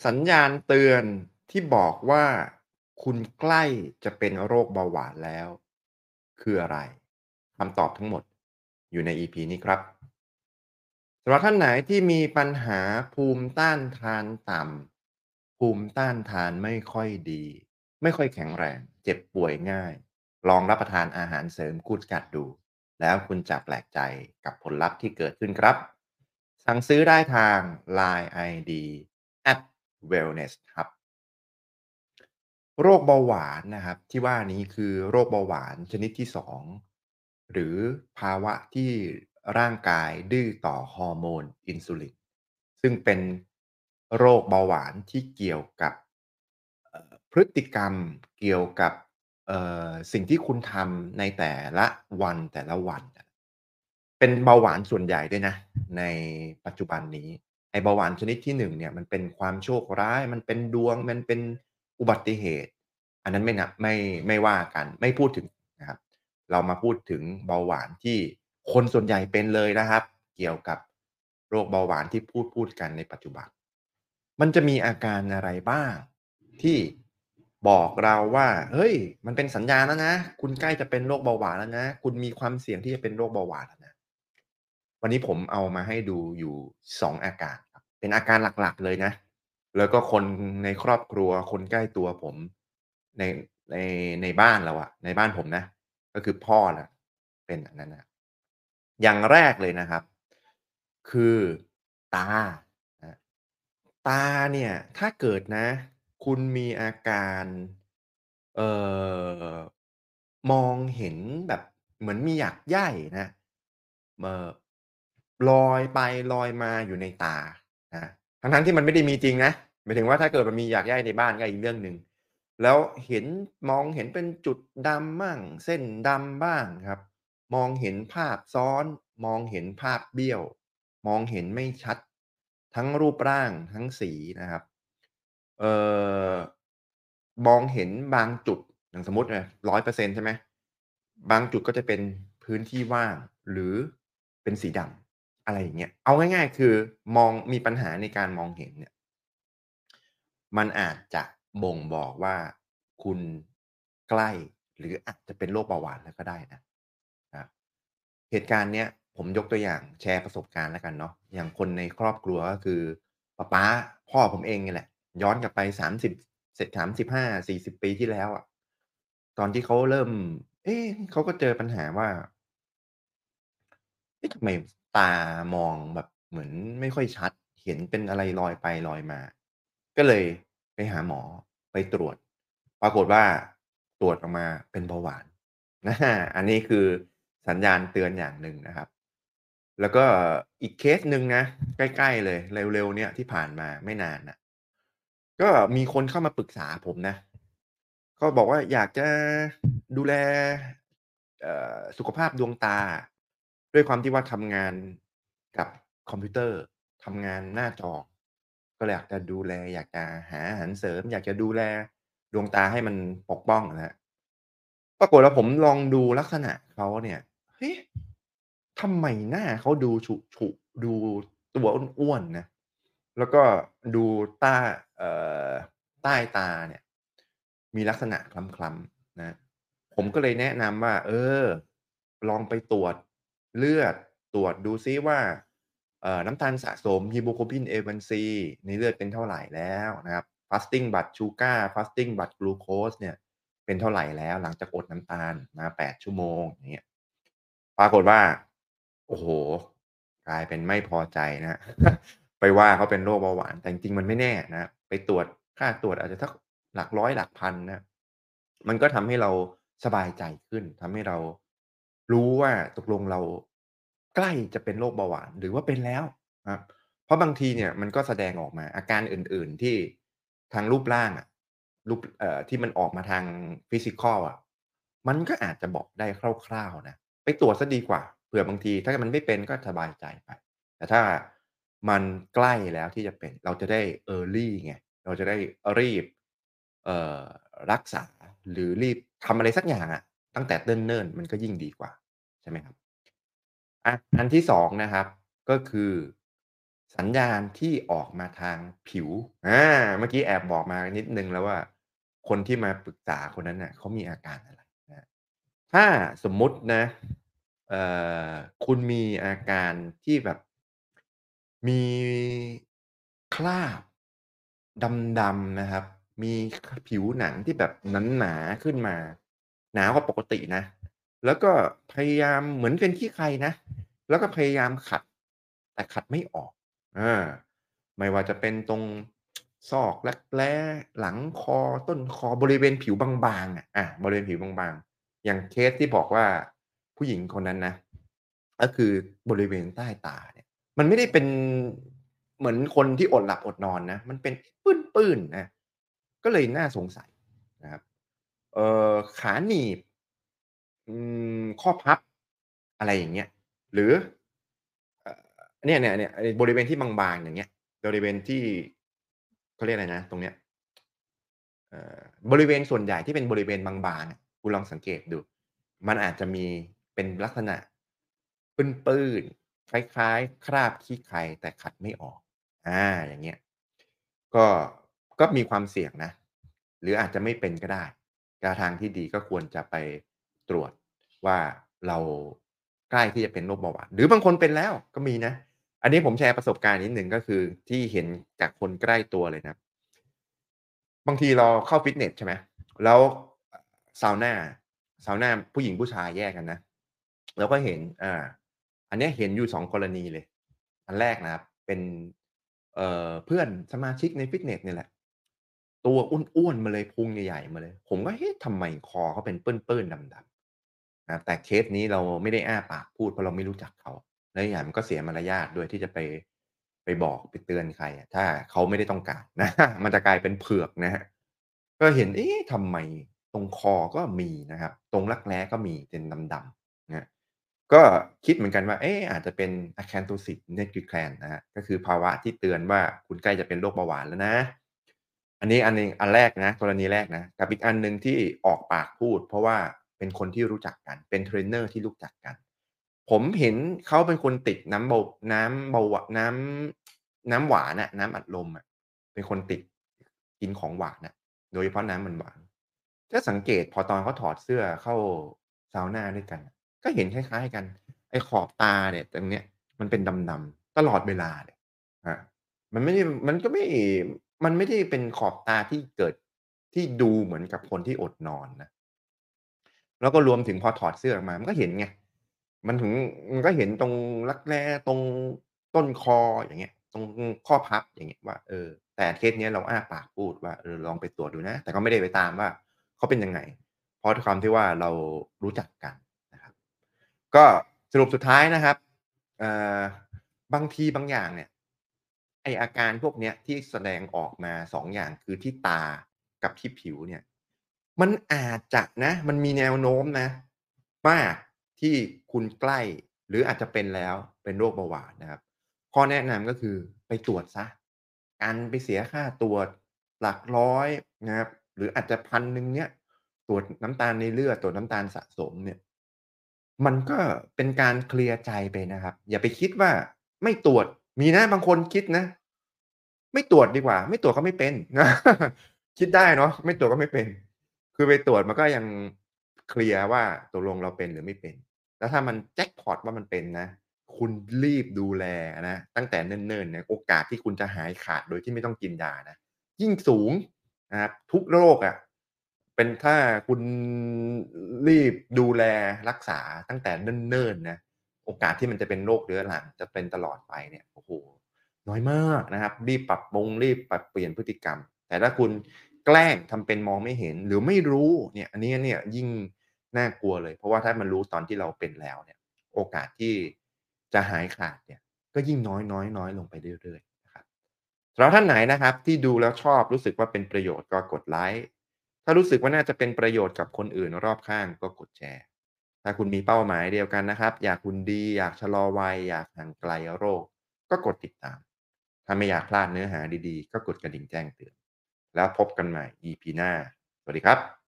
สัญญาณเตือนที่บอกว่าคุณใกล้จะเป็นโรคเบาหวานแล้วคืออะไรคำตอบทั้งหมดอยู่ใน EP นี้ครับสำหรับท่านไหนที่มีปัญหาภูมิต้านทานต่ำภูมิต้านทานไม่ค่อยดีไม่ค่อยแข็งแรงเจ็บป่วยง่ายลองรับประทานอาหารเสริมกูดกัดดูแล้วคุณจะแปลกใจกับผลลัพธ์ที่เกิดขึ้นครับสั่งซื้อได้ทาง LINE ID @wellness ครับ โรคเบาหวานนะครับที่ว่านี้คือโรคเบาหวานชนิดที่2หรือภาวะที่ร่างกายดื้อต่อฮอร์โมนอินซูลินซึ่งเป็นโรคเบาหวานที่เกี่ยวกับพฤติกรรมเกี่ยวกับสิ่งที่คุณทำในแต่ละวันแต่ละวันเป็นเบาหวานส่วนใหญ่ด้วยนะในปัจจุบันนี้ไอ้เบาหวานชนิดที่1เนี่ยมันเป็นความโชคร้ายมันเป็นดวงมันเป็นอุบัติเหตุอันนั้นไม่นับไม่ว่ากันไม่พูดถึงนะครับเรามาพูดถึงเบาหวานที่คนส่วนใหญ่เป็นเลยนะครับเกี่ยวกับโรคเบาหวานที่พูดกันในปัจจุบันมันจะมีอาการอะไรบ้างที่บอกเราว่าเฮ้ยมันเป็นสัญญาณแล้วนะคุณใกล้จะเป็นโรคเบาหวานแล้วนะคุณมีความเสี่ยงที่จะเป็นโรคเบาหวานแล้วนะ วันนี้ผมเอามาให้ดูอยู่2อาการครับเป็นอาการหลักๆเลยนะแล้วก็คนในครอบครัวคนใกล้ตัวผมในในในบ้านเราอะในบ้านผมนะก็คือพ่อน่ะเป็นอันนั้นน่ะอย่างแรกเลยนะครับคือตาครับตาเนี่ยถ้าเกิดนะคุณมีอาการเอ่อมองเห็นแบบเหมือนมีหยักไย่นะเอ่อลอยไปลอยมาอยู่ในตานะทั้งๆที่มันไม่ได้มีจริงนะหมายถึงว่าถ้าเกิดมันมีหยากไย่ในบ้านก็อีกเรื่องหนึ่งแล้วเห็นมองเห็นเป็นจุดดำมั่งเส้นดำบ้างครับมองเห็นภาพซ้อนมองเห็นภาพเบี้ยวมองเห็นไม่ชัดทั้งรูปร่างทั้งสีนะครับเอ่อมองเห็นบางจุดอย่างสมมุติ100%ใช่ไหมบางจุดก็จะเป็นพื้นที่ว่างหรือเป็นสีดำ อะไรอย่างเงี้ยเอาง่ายๆคือมองมีปัญหาในการมองเห็นเนี่ยมันอาจจะบ่งบอกว่าคุณใกล้หรืออาจจะเป็นโรคเบาหวานแล้วก็ได้นะครับเหตุการณ์เนี้ยผมยกตัวอย่างแชร์ประสบการณ์แล้วกันเนาะอย่างคนในครอบครัวก็คือป๊าพ่อผมเองเนี่ยแหละย้อนกลับไป30เสร็จ35-40ปีที่แล้วอะตอนที่เขาเริ่มเขาก็เจอปัญหาว่า ทำไมตามองแบบเหมือนไม่ค่อยชัดเห็นเป็นอะไรลอยไปลอยมาก็เลยไปหาหมอไปตรวจปรากฏว่าตรวจออกมาเป็นเบาหวานอันนี้คือสัญญาณเตือนอย่างหนึ่งนะครับแล้วก็อีกเคสหนึ่งนะใกล้ๆเลยเร็วๆเนี่ยที่ผ่านมาไม่นานน่ะก็มีคนเข้ามาปรึกษาผมนะก็บอกว่าอยากจะดูแลสุขภาพดวงตาด้วยความที่ว่าทำงานกับคอมพิวเตอร์ทำงานหน้าจอก็เลยอยากจะดูแลอยากจะหาอาหารเสริมอยากจะดูแลดวงตาให้มันปกป้องอะครับปรากฏว่าผมลองดูลักษณะเขาเนี่ยเฮ้ยทำไมหน้าเขาดูฉุๆดูตัวอ้วนๆนะแล้วก็ดูใต้เอ่อใต้ตาเนี่ยมีลักษณะคล้ำๆนะ ผมก็เลยแนะนำว่าลองไปตรวจเลือดตรวจดูซิว่าน้ำตาลสะสม Hemoglobin A1C ในเลือดเป็นเท่าไรแล้วนะครับ Fasting Blood Sugar Fasting Blood Glucose เนี่ยเป็นเท่าไรแล้วหลังจากอดน้ำตาลมา8ชั่วโมงอย่างเงี้ยปรากฏว่าโอ้โฮกลายเป็นไม่พอใจนะครับไปว่าเขาเป็นโรคเบาหวานแต่จริงๆมันไม่แน่นะครับไปตรวจค่าตรวจอาจจะสักหลักร้อยหลักพันนะครับมันก็ทำให้เราสบายใจขึ้นทำให้เรารู้ว่าตกลงเราใกล้จะเป็นโรคเบาหวานหรือว่าเป็นแล้วครับเพราะบางทีเนี่ยมันก็แสดงออกมาอาการอื่นๆที่ทางรูปร่างอะรูปที่มันออกมาทาง Physical อะมันก็อาจจะบอกได้คร่าวๆนะไปตรวจเสียดีกว่าเผื่อบางทีถ้ามันไม่เป็นก็สบายใจไป แต่ถ้ามันใกล้แล้วที่จะเป็นเราจะได้ early ไงเราจะได้รีบเอ่อรักษาหรือรีบทำอะไรสักอย่างอะตั้งแต่เนิ่นๆมันก็ยิ่งดีกว่าใช่ไหมครับอันที่2นะครับก็คือสัญญาณที่ออกมาทางผิวอาเมื่อกี้แอบบอกมานิดหนึ่งแล้วว่าคนที่มาปรึกษาคนนั้นน่ะเขามีอาการอะไรนะครับถ้าสมมุตินะเอ่อคุณมีอาการที่แบบมีคราบดำๆนะครับมีผิวหนังที่แบบหนาๆขึ้นมาหนากว่าปกตินะแล้วก็พยายามเหมือนเป็นขี้ใครนะแล้วก็พยายามขัดแต่ขัดไม่ออก อาไม่ว่าจะเป็นตรงซอกรักแร้หลังคอต้นคอบริเวณผิวบางๆอะบริเวณผิวบางๆอย่างเคสที่บอกว่าผู้หญิงคนนั้นนะก็คือบริเวณใต้ตาเนี่ยมันไม่ได้เป็นเหมือนคนที่อดหลับอดนอนนะมันเป็นปื้นๆนะก็เลยน่าสงสัยนะครับขาหนีบข้อพับอะไรอย่างเงี้ยหรือเอ่อ เนี่ยไอ้บริเวณที่บางๆอย่างเงี้ยบริเวณที่เขาเรียกอะไรนะตรงเนี้ยเอ่บริเวณส่วนใหญ่ที่เป็นบริเวณบางๆอะคุณลองสังเกตดูมันอาจจะมีเป็นลักษณะปื้นๆคล้ายๆคราบขี้ใครแต่ขัดไม่ออกอย่างเงี้ยก็ก็มีความเสี่ยงนะหรืออาจจะไม่เป็นก็ได้แนวทางที่ดีก็ควรจะไปตรวจว่าเราใกล้ที่จะเป็นโรคเบาหวานหรือบางคนเป็นแล้วก็มีนะ อันนี้ผมแชร์ประสบการณ์นิดหนึ่งก็คือที่เห็นจากคนใกล้ตัวเลยนะครับบางทีเราเข้าฟิตเนสใช่ไหมแล้วซาวนาซาวนาผู้หญิงผู้ชายแยกกันนะเราก็เห็นอันเนี้ยเห็นอยู่2กรณีเลยอันแรกนะครับเป็นเพื่อนสมาชิกในฟิตเนสเนี่ยแหละตัวอ้วนๆมาเลยพุงใหญ่ๆมาเลยผมก็เอ๊ะทำไมคอเขาเป็นปื้นๆดำๆนะครับแต่เคสนี้เราไม่ได้อ้าปากพูดเพราะเราไม่รู้จักเขา แล้วอีกอย่างมันก็เสียมารยาทด้วยที่จะไปบอกไปเตือนใครอะถ้าเขาไม่ได้ต้องการนะมันจะกลายเป็นเผือกนะครับก็เห็นเอ๊ะทำไมตรงคอก็มีนะครับตรงรักแร้ก็มีเป็นดำๆนะครับก็คิดเหมือนกันว่าเอ๊ะอาจจะเป็น Acanthosis nigricans นะครับก็คือภาวะที่เตือนว่าคุณใกล้จะเป็นโรคเบาหวานแล้วนะอันนี้อันหนึ่งอันแรกนะกรณีแรกนะกับอีกอันหนึ่งที่ออกปากพูดเพราะว่าเป็นคนที่รู้จักกันเป็นเทรนเนอร์ที่รู้จักกัน ผมเห็นเขาเป็นคนติดน้ำเบาหวะน้ำหวานอะน้ำอัดลมอะเป็นคนติดกินของหวานอะโดยเฉพาะน้ำหวานๆถ้าสังเกตพอตอนเขาถอดเสื้อเข้าซาวนาด้วยกันอะก็เห็นคล้ายๆกันไอ้ขอบตาเนี่ยตรงเนี้ยมันเป็นดำๆตลอดเวลาเลยครับมันไม่ได้มันก็ไม่มันไม่ได้เป็นขอบตาที่เกิดที่ดูเหมือนกับคนที่อดนอนนะ แล้วก็รวมถึงพอถอดเสื้อออกมามันก็เห็นไงมันถึงมันก็เห็นตรงรักแร้ตรงต้นคออย่างเงี้ยตรงข้อพับอย่างเงี้ยว่าแต่เคสเนี้ยเราอ้าปากพูดว่าลองไปตรวจดูนะแต่ก็ไม่ได้ไปตามว่าเขาเป็นยังไงเพราะด้วยความที่ว่าเรารู้จักกันนะครับก็สรุปสุดท้ายนะครับเอ่อบางทีบางอย่างเนี่ยไอ้อาการพวกเนี้ยที่แสดงออกมา2องอย่างคือที่ตากับที่ผิวเนี่ย มันอาจจะนะมันมีแนวโน้มนะว่าที่คุณใกล้หรืออาจจะเป็นแล้วเป็นโรคเบาหวานนะครับข้อแนะนำก็คือไปตรวจเสียกันไปเสียค่าตรวจหลักร้อยนะครับหรืออาจจะ1,000เนี่ยตรวจน้ำตาลในเลือดตรวจน้ำตาลสะสมเนี่ยมันก็เป็นการเคลียร์ใจไปนะครับอย่าไปคิดว่าไม่ตรวจมีนะบางคนคิดนะไม่ตรวจดีกว่าไม่ตรวจก็ไม่เป็นคิดได้เนาะไม่ตรวจก็ไม่เป็น คือไปตรวจมันก็ยังเคลียร์ว่าตกลงเราเป็นหรือไม่เป็นแล้วถ้ามันแจ็กพอตว่ามันเป็นนะคุณรีบดูแลนะตั้งแต่เนิ่นๆเนี่ยโอกาสที่คุณจะหายขาดโดยที่ไม่ต้องกินยานะยิ่งสูงนะครับทุกโรคอะเป็นถ้าคุณรีบดูแลรักษาตั้งแต่เนิ่นๆนะโอกาสที่มันจะเป็นโรคเรื้อรังจะเป็นตลอดไปเนี่ยโอ้โฮ น้อยมากนะครับรีบปรับปรุงรีบปรับเปลี่ยนพฤติกรรมแต่ถ้าคุณแกล้งทำเป็นมองไม่เห็นหรือไม่รู้เนี่ยอันนี้เนี่ยยิ่งน่ากลัวเลยเพราะว่าถ้ามันรู้ตอนที่เราเป็นแล้วเนี่ยโอกาสที่จะหายขาดเนี่ยก็ยิ่งน้อยลงไปเรื่อยๆนะครับสำหรับท่านไหนนะครับที่ดูแล้วชอบรู้สึกว่าเป็นประโยชน์ก็กดไลก์ถ้ารู้สึกว่าน่าจะเป็นประโยชน์กับคนอื่นรอบข้างก็กดแชร์ถ้าคุณมีเป้าหมายเดียวกันนะครับอยากหุ่นดีอยากชะลอวัยอยากห่างไกลโรคก็กดติดตาม ถ้าไม่อยากพลาดเนื้อหาดีๆ ก็กดกระดิ่งแจ้งเตือนแล้วพบกันใหม่ EP หน้า สวัสดีครับ